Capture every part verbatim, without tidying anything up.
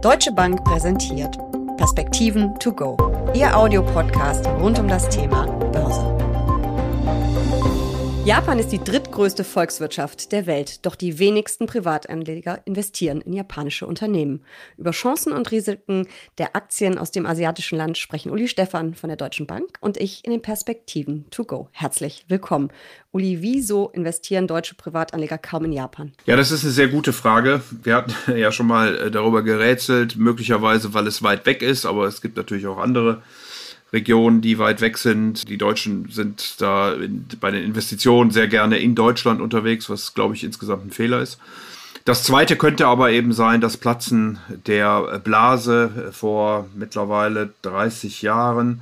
Deutsche Bank präsentiert Perspektiven to go, Ihr Audiopodcast rund um das Thema Börse. Japan ist die drittgrößte Volkswirtschaft der Welt, doch die wenigsten Privatanleger investieren in japanische Unternehmen. Über Chancen und Risiken der Aktien aus dem asiatischen Land sprechen Uli Stephan von der Deutschen Bank und ich in den Perspektiven to go. Herzlich willkommen. Uli, wieso investieren deutsche Privatanleger kaum in Japan? Ja, das ist eine sehr gute Frage. Wir hatten ja schon mal darüber gerätselt, möglicherweise, weil es weit weg ist, aber es gibt natürlich auch andere Regionen, die weit weg sind. Die Deutschen sind da in, bei den Investitionen sehr gerne in Deutschland unterwegs, was, glaube ich, insgesamt ein Fehler ist. Das Zweite könnte aber eben sein, das Platzen der Blase vor mittlerweile dreißig Jahren.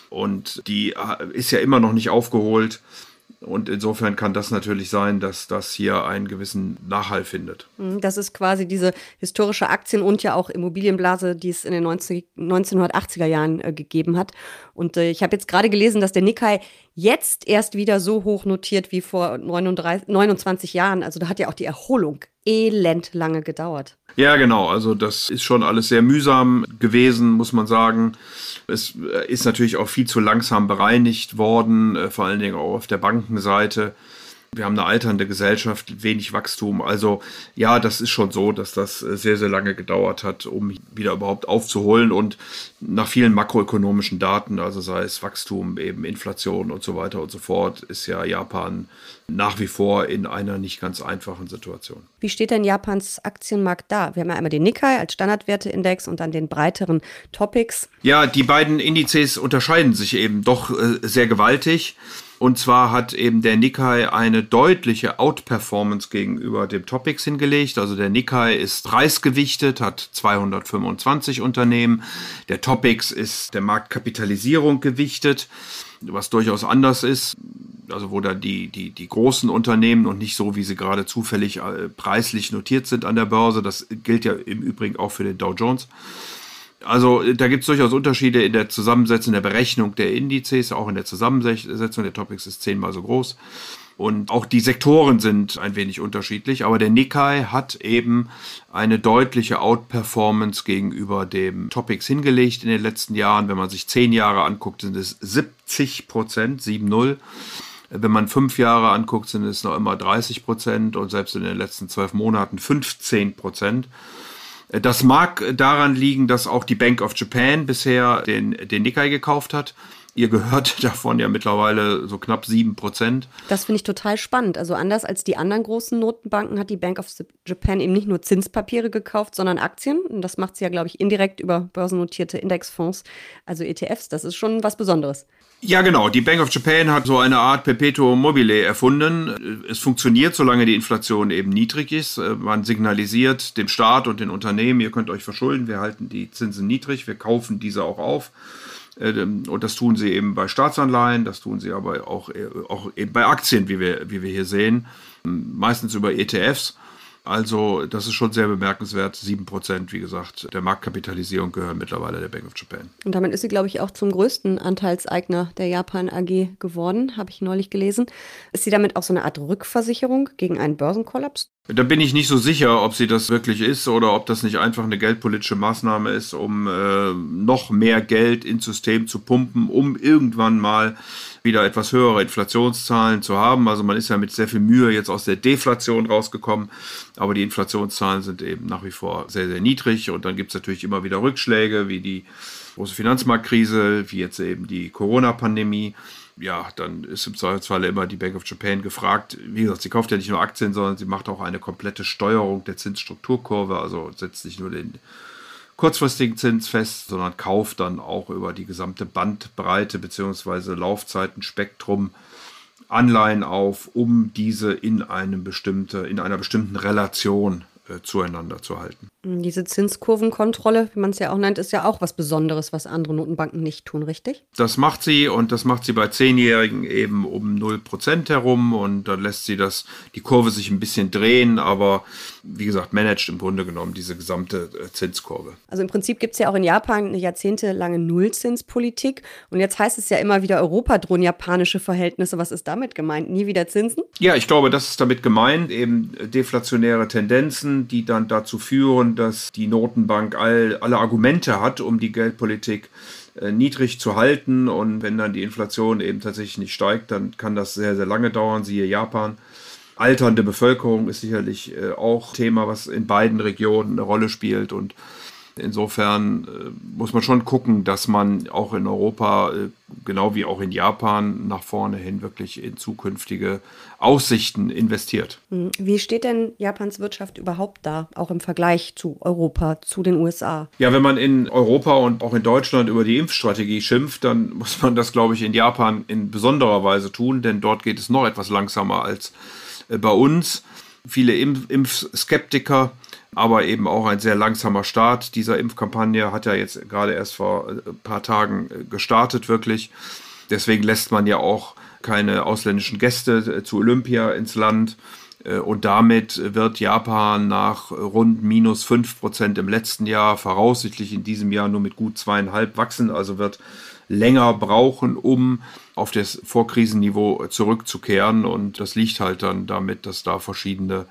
Und die ist ja immer noch nicht aufgeholt. Und insofern kann das natürlich sein, dass das hier einen gewissen Nachhall findet. Das ist quasi diese historische Aktien- und ja auch Immobilienblase, die es in den neunzehnhundertachtziger Jahren äh, gegeben hat. Und äh, ich habe jetzt gerade gelesen, dass der Nikkei jetzt erst wieder so hoch notiert wie vor neununddreißig, neunundzwanzig Jahren. Also da hat ja auch die Erholung elend lange gedauert. Ja, genau. Also das ist schon alles sehr mühsam gewesen, muss man sagen. Es ist natürlich auch viel zu langsam bereinigt worden, vor allen Dingen auch auf der Bankenseite. Wir haben eine alternde Gesellschaft, wenig Wachstum. Also ja, das ist schon so, dass das sehr, sehr lange gedauert hat, um wieder überhaupt aufzuholen. Und nach vielen makroökonomischen Daten, also sei es Wachstum, eben Inflation und so weiter und so fort, ist ja Japan nach wie vor in einer nicht ganz einfachen Situation. Wie steht denn Japans Aktienmarkt da? Wir haben ja einmal den Nikkei als Standardwerteindex und dann den breiteren Topics. Ja, die beiden Indizes unterscheiden sich eben doch äh, sehr gewaltig. Und zwar hat eben der Nikkei eine deutliche Outperformance gegenüber dem Topix hingelegt. Also der Nikkei ist preisgewichtet, hat zweihundertfünfundzwanzig Unternehmen. Der Topix ist der Marktkapitalisierung gewichtet, was durchaus anders ist. Also wo dann die, die, die großen Unternehmen und nicht so, wie sie gerade zufällig äh, preislich notiert sind an der Börse. Das gilt ja im Übrigen auch für den Dow Jones. Also da gibt es durchaus Unterschiede in der Zusammensetzung, der Berechnung der Indizes, auch in der Zusammensetzung. Der Topix ist zehnmal so groß. Und auch die Sektoren sind ein wenig unterschiedlich. Aber der Nikkei hat eben eine deutliche Outperformance gegenüber dem Topix hingelegt in den letzten Jahren. Wenn man sich zehn Jahre anguckt, sind es siebzig Prozent, sieben null. Wenn man fünf Jahre anguckt, sind es noch immer dreißig Prozent und selbst in den letzten zwölf Monaten fünfzehn Prozent. Das mag daran liegen, dass auch die Bank of Japan bisher den, den Nikkei gekauft hat. Ihr gehört davon ja mittlerweile so knapp sieben Prozent. Das finde ich total spannend. Also anders als die anderen großen Notenbanken hat die Bank of Japan eben nicht nur Zinspapiere gekauft, sondern Aktien. Und das macht sie ja, glaube ich, indirekt über börsennotierte Indexfonds, also E T Fs. Das ist schon was Besonderes. Ja, genau. Die Bank of Japan hat so eine Art Perpetuum mobile erfunden. Es funktioniert, solange die Inflation eben niedrig ist. Man signalisiert dem Staat und den Unternehmen, ihr könnt euch verschulden, wir halten die Zinsen niedrig, wir kaufen diese auch auf. Und das tun sie eben bei Staatsanleihen, das tun sie aber auch, auch eben bei Aktien, wie wir, wie wir hier sehen, meistens über E T Fs. Also das ist schon sehr bemerkenswert. sieben Prozent, wie gesagt, der Marktkapitalisierung gehören mittlerweile der Bank of Japan. Und damit ist sie, glaube ich, auch zum größten Anteilseigner der Japan A G geworden, habe ich neulich gelesen. Ist sie damit auch so eine Art Rückversicherung gegen einen Börsenkollaps? Da bin ich nicht so sicher, ob sie das wirklich ist oder ob das nicht einfach eine geldpolitische Maßnahme ist, um äh, noch mehr Geld ins System zu pumpen, um irgendwann mal wieder etwas höhere Inflationszahlen zu haben. Also man ist ja mit sehr viel Mühe jetzt aus der Deflation rausgekommen, aber die Inflationszahlen sind eben nach wie vor sehr, sehr niedrig und dann gibt es natürlich immer wieder Rückschläge, wie die große Finanzmarktkrise, wie jetzt eben die Corona-Pandemie. Ja, dann ist im Zweifelsfall immer die Bank of Japan gefragt. Wie gesagt, sie kauft ja nicht nur Aktien, sondern sie macht auch eine komplette Steuerung der Zinsstrukturkurve, also setzt nicht nur den kurzfristigen Zins fest, sondern kauft dann auch über die gesamte Bandbreite bzw. Laufzeitenspektrum Anleihen auf, um diese in, einem bestimmte, in einer bestimmten Relation äh, zueinander zu halten. Diese Zinskurvenkontrolle, wie man es ja auch nennt, ist ja auch was Besonderes, was andere Notenbanken nicht tun, richtig? Das macht sie und das macht sie bei Zehnjährigen eben um null Prozent herum und dann lässt sie das, die Kurve sich ein bisschen drehen, aber wie gesagt, managt im Grunde genommen diese gesamte Zinskurve. Also im Prinzip gibt es ja auch in Japan eine jahrzehntelange Nullzinspolitik und jetzt heißt es ja immer wieder, Europa drohen japanische Verhältnisse. Was ist damit gemeint? Nie wieder Zinsen? Ja, ich glaube, das ist damit gemeint, eben deflationäre Tendenzen. kann, die dann dazu führen, dass die Notenbank all, alle Argumente hat, um die Geldpolitik äh, niedrig zu halten. Und wenn dann die Inflation eben tatsächlich nicht steigt, dann kann das sehr, sehr lange dauern, siehe Japan. Alternde Bevölkerung ist sicherlich äh, auch Thema, was in beiden Regionen eine Rolle spielt. Und insofern äh, muss man schon gucken, dass man auch in Europa, äh, genau wie auch in Japan, nach vorne hin wirklich in zukünftige Aussichten investiert. Wie steht denn Japans Wirtschaft überhaupt da, auch im Vergleich zu Europa, zu den U S A? Ja, wenn man in Europa und auch in Deutschland über die Impfstrategie schimpft, dann muss man das, glaube ich, in Japan in besonderer Weise tun, denn dort geht es noch etwas langsamer als äh, bei uns. Viele Impf- Impfskeptiker, aber eben auch ein sehr langsamer Start dieser Impfkampagne hat ja jetzt gerade erst vor ein paar Tagen gestartet, wirklich. Deswegen lässt man ja auch keine ausländischen Gäste zu Olympia ins Land. Und damit wird Japan nach rund minus fünf Prozent im letzten Jahr voraussichtlich in diesem Jahr nur mit gut zweieinhalb wachsen, also wird länger brauchen, um auf das Vorkrisenniveau zurückzukehren. Und das liegt halt dann damit, dass da verschiedene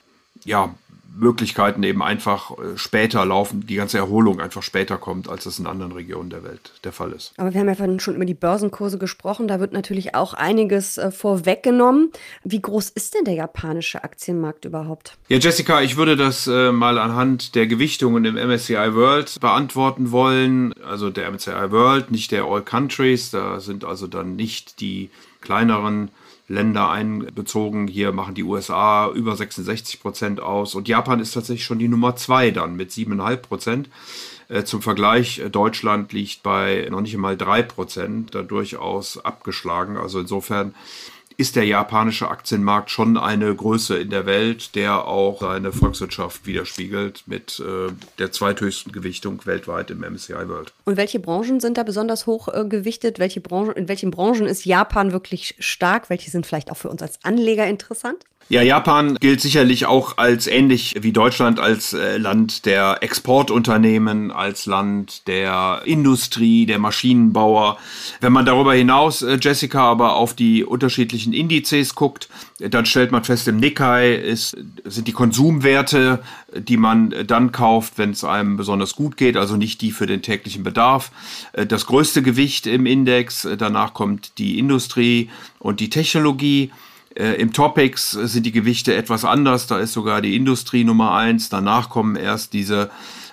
ja, Möglichkeiten eben einfach später laufen, die ganze Erholung einfach später kommt, als es in anderen Regionen der Welt der Fall ist. Aber wir haben ja vorhin schon über die Börsenkurse gesprochen, da wird natürlich auch einiges äh, vorweggenommen. Wie groß ist denn der japanische Aktienmarkt überhaupt? Ja, Jessica, ich würde das äh, mal anhand der Gewichtungen im M S C I World beantworten wollen. Also der M S C I World, nicht der All Countries, da sind also dann nicht die kleineren Länder einbezogen. Hier machen die U S A über sechsundsechzig Prozent aus und Japan ist tatsächlich schon die Nummer zwei dann mit sieben Komma fünf Prozent. Äh, zum Vergleich, Deutschland liegt bei noch nicht einmal drei Prozent, da durchaus abgeschlagen. Also insofern ist der japanische Aktienmarkt schon eine Größe in der Welt, der auch seine Volkswirtschaft widerspiegelt mit äh, der zweithöchsten Gewichtung weltweit im M S C I World. Und welche Branchen sind da besonders hoch äh, gewichtet? Welche Branchen, in welchen Branchen ist Japan wirklich stark? Welche sind vielleicht auch für uns als Anleger interessant? Ja, Japan gilt sicherlich auch als ähnlich wie Deutschland als äh, Land der Exportunternehmen, als Land der Industrie, der Maschinenbauer. Wenn man darüber hinaus, äh, Jessica, aber auf die unterschiedlichen Indizes guckt, äh, dann stellt man fest, im Nikkei ist, sind die Konsumwerte, die man äh, dann kauft, wenn es einem besonders gut geht, also nicht die für den täglichen Bedarf. Äh, das größte Gewicht im Index, äh, danach kommt die Industrie und die Technologie. Äh, Im Topics sind die Gewichte etwas anders, da ist sogar die Industrie Nummer eins, danach kommen erst diese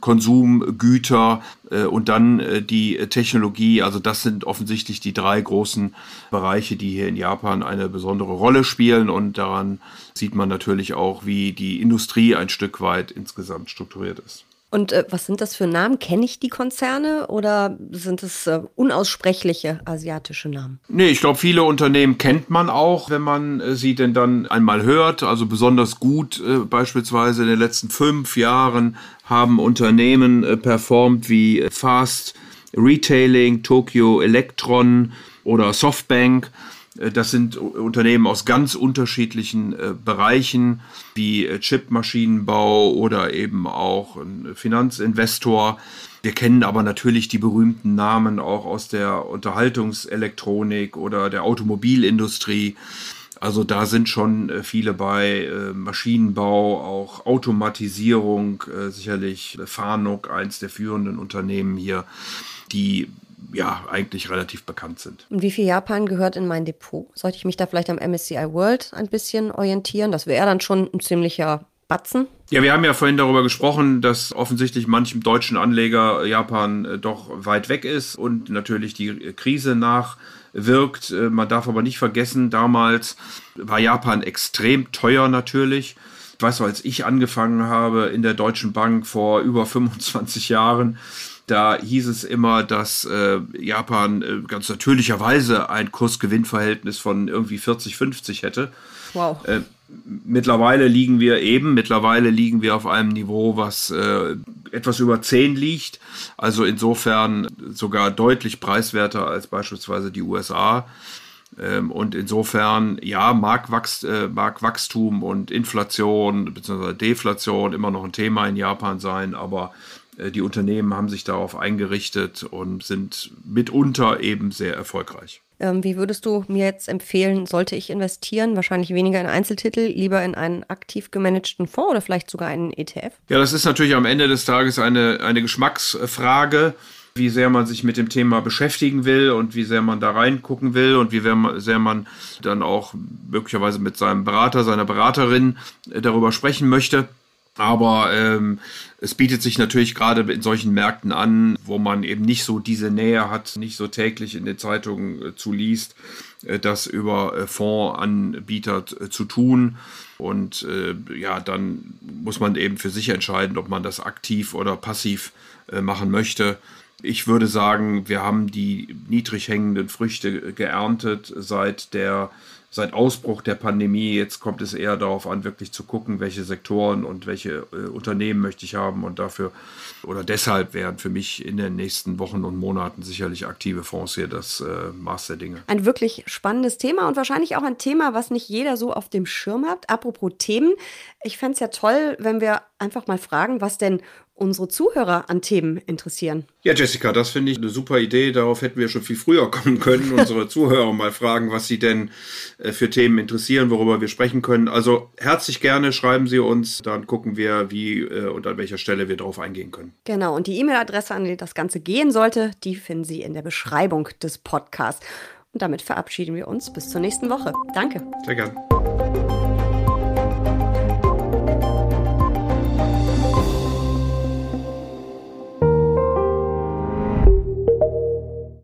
Konsumgüter äh, und dann äh, die Technologie. Also das sind offensichtlich die drei großen Bereiche, die hier in Japan eine besondere Rolle spielen und daran sieht man natürlich auch, wie die Industrie ein Stück weit insgesamt strukturiert ist. Und äh, was sind das für Namen? Kenne ich die Konzerne oder sind es äh, unaussprechliche asiatische Namen? Nee, ich glaube, viele Unternehmen kennt man auch, wenn man äh, sie denn dann einmal hört. Also besonders gut äh, beispielsweise in den letzten fünf Jahren haben Unternehmen äh, performt wie äh, Fast Retailing, Tokyo Electron oder Softbank. Das sind Unternehmen aus ganz unterschiedlichen äh, Bereichen, wie äh, Chipmaschinenbau oder eben auch ein Finanzinvestor. Wir kennen aber natürlich die berühmten Namen auch aus der Unterhaltungselektronik oder der Automobilindustrie. Also da sind schon äh, viele bei, äh, Maschinenbau, auch Automatisierung, äh, sicherlich Fanuc, eins der führenden Unternehmen hier, die ja eigentlich relativ bekannt sind. Und wie viel Japan gehört in mein Depot? Sollte ich mich da vielleicht am M S C I World ein bisschen orientieren? Das wäre dann schon ein ziemlicher Batzen. Ja, wir haben ja vorhin darüber gesprochen, dass offensichtlich manchem deutschen Anleger Japan äh, doch weit weg ist und natürlich die Krise nachwirkt. Äh, man darf aber nicht vergessen, damals war Japan extrem teuer natürlich. Ich weiß noch, als ich angefangen habe in der Deutschen Bank vor über fünfundzwanzig Jahren, da hieß es immer, dass äh, Japan äh, ganz natürlicherweise ein Kurs-Gewinn-Verhältnis von irgendwie vierzig fünfzig hätte. Wow. Äh, mittlerweile liegen wir eben, mittlerweile liegen wir auf einem Niveau, was äh, etwas über zehn liegt. Also insofern sogar deutlich preiswerter als beispielsweise die U S A. Und insofern, ja, mag, Wachst, äh, mag Wachstum und Inflation bzw. Deflation immer noch ein Thema in Japan sein, aber äh, die Unternehmen haben sich darauf eingerichtet und sind mitunter eben sehr erfolgreich. Ähm, wie würdest du mir jetzt empfehlen, sollte ich investieren? Wahrscheinlich weniger in Einzeltitel, lieber in einen aktiv gemanagten Fonds oder vielleicht sogar einen E T F? Ja, das ist natürlich am Ende des Tages eine, eine Geschmacksfrage, wie sehr man sich mit dem Thema beschäftigen will und wie sehr man da reingucken will und wie sehr man dann auch möglicherweise mit seinem Berater, seiner Beraterin darüber sprechen möchte. Aber ähm, es bietet sich natürlich gerade in solchen Märkten an, wo man eben nicht so diese Nähe hat, nicht so täglich in den Zeitungen äh, zu liest, äh, das über äh, Fondsanbieter äh, zu tun. Und äh, ja, dann muss man eben für sich entscheiden, ob man das aktiv oder passiv äh, machen möchte. Ich würde sagen, wir haben die niedrig hängenden Früchte geerntet seit der Seit Ausbruch der Pandemie. Jetzt kommt es eher darauf an, wirklich zu gucken, welche Sektoren und welche äh, Unternehmen möchte ich haben. Und dafür oder deshalb wären für mich in den nächsten Wochen und Monaten sicherlich aktive Fonds hier das äh, Maß der Dinge. Ein wirklich spannendes Thema und wahrscheinlich auch ein Thema, was nicht jeder so auf dem Schirm hat. Apropos Themen, ich fände es ja toll, wenn wir einfach mal fragen, was denn unsere Zuhörer an Themen interessieren. Ja, Jessica, das finde ich eine super Idee. Darauf hätten wir schon viel früher kommen können. Unsere Zuhörer mal fragen, was sie denn äh, für Themen interessieren, worüber wir sprechen können. Also herzlich gerne schreiben Sie uns, dann gucken wir, wie äh, und an welcher Stelle wir darauf eingehen können. Genau, und die E-Mail-Adresse, an die das Ganze gehen sollte, die finden Sie in der Beschreibung des Podcasts. Und damit verabschieden wir uns bis zur nächsten Woche. Danke. Sehr gerne.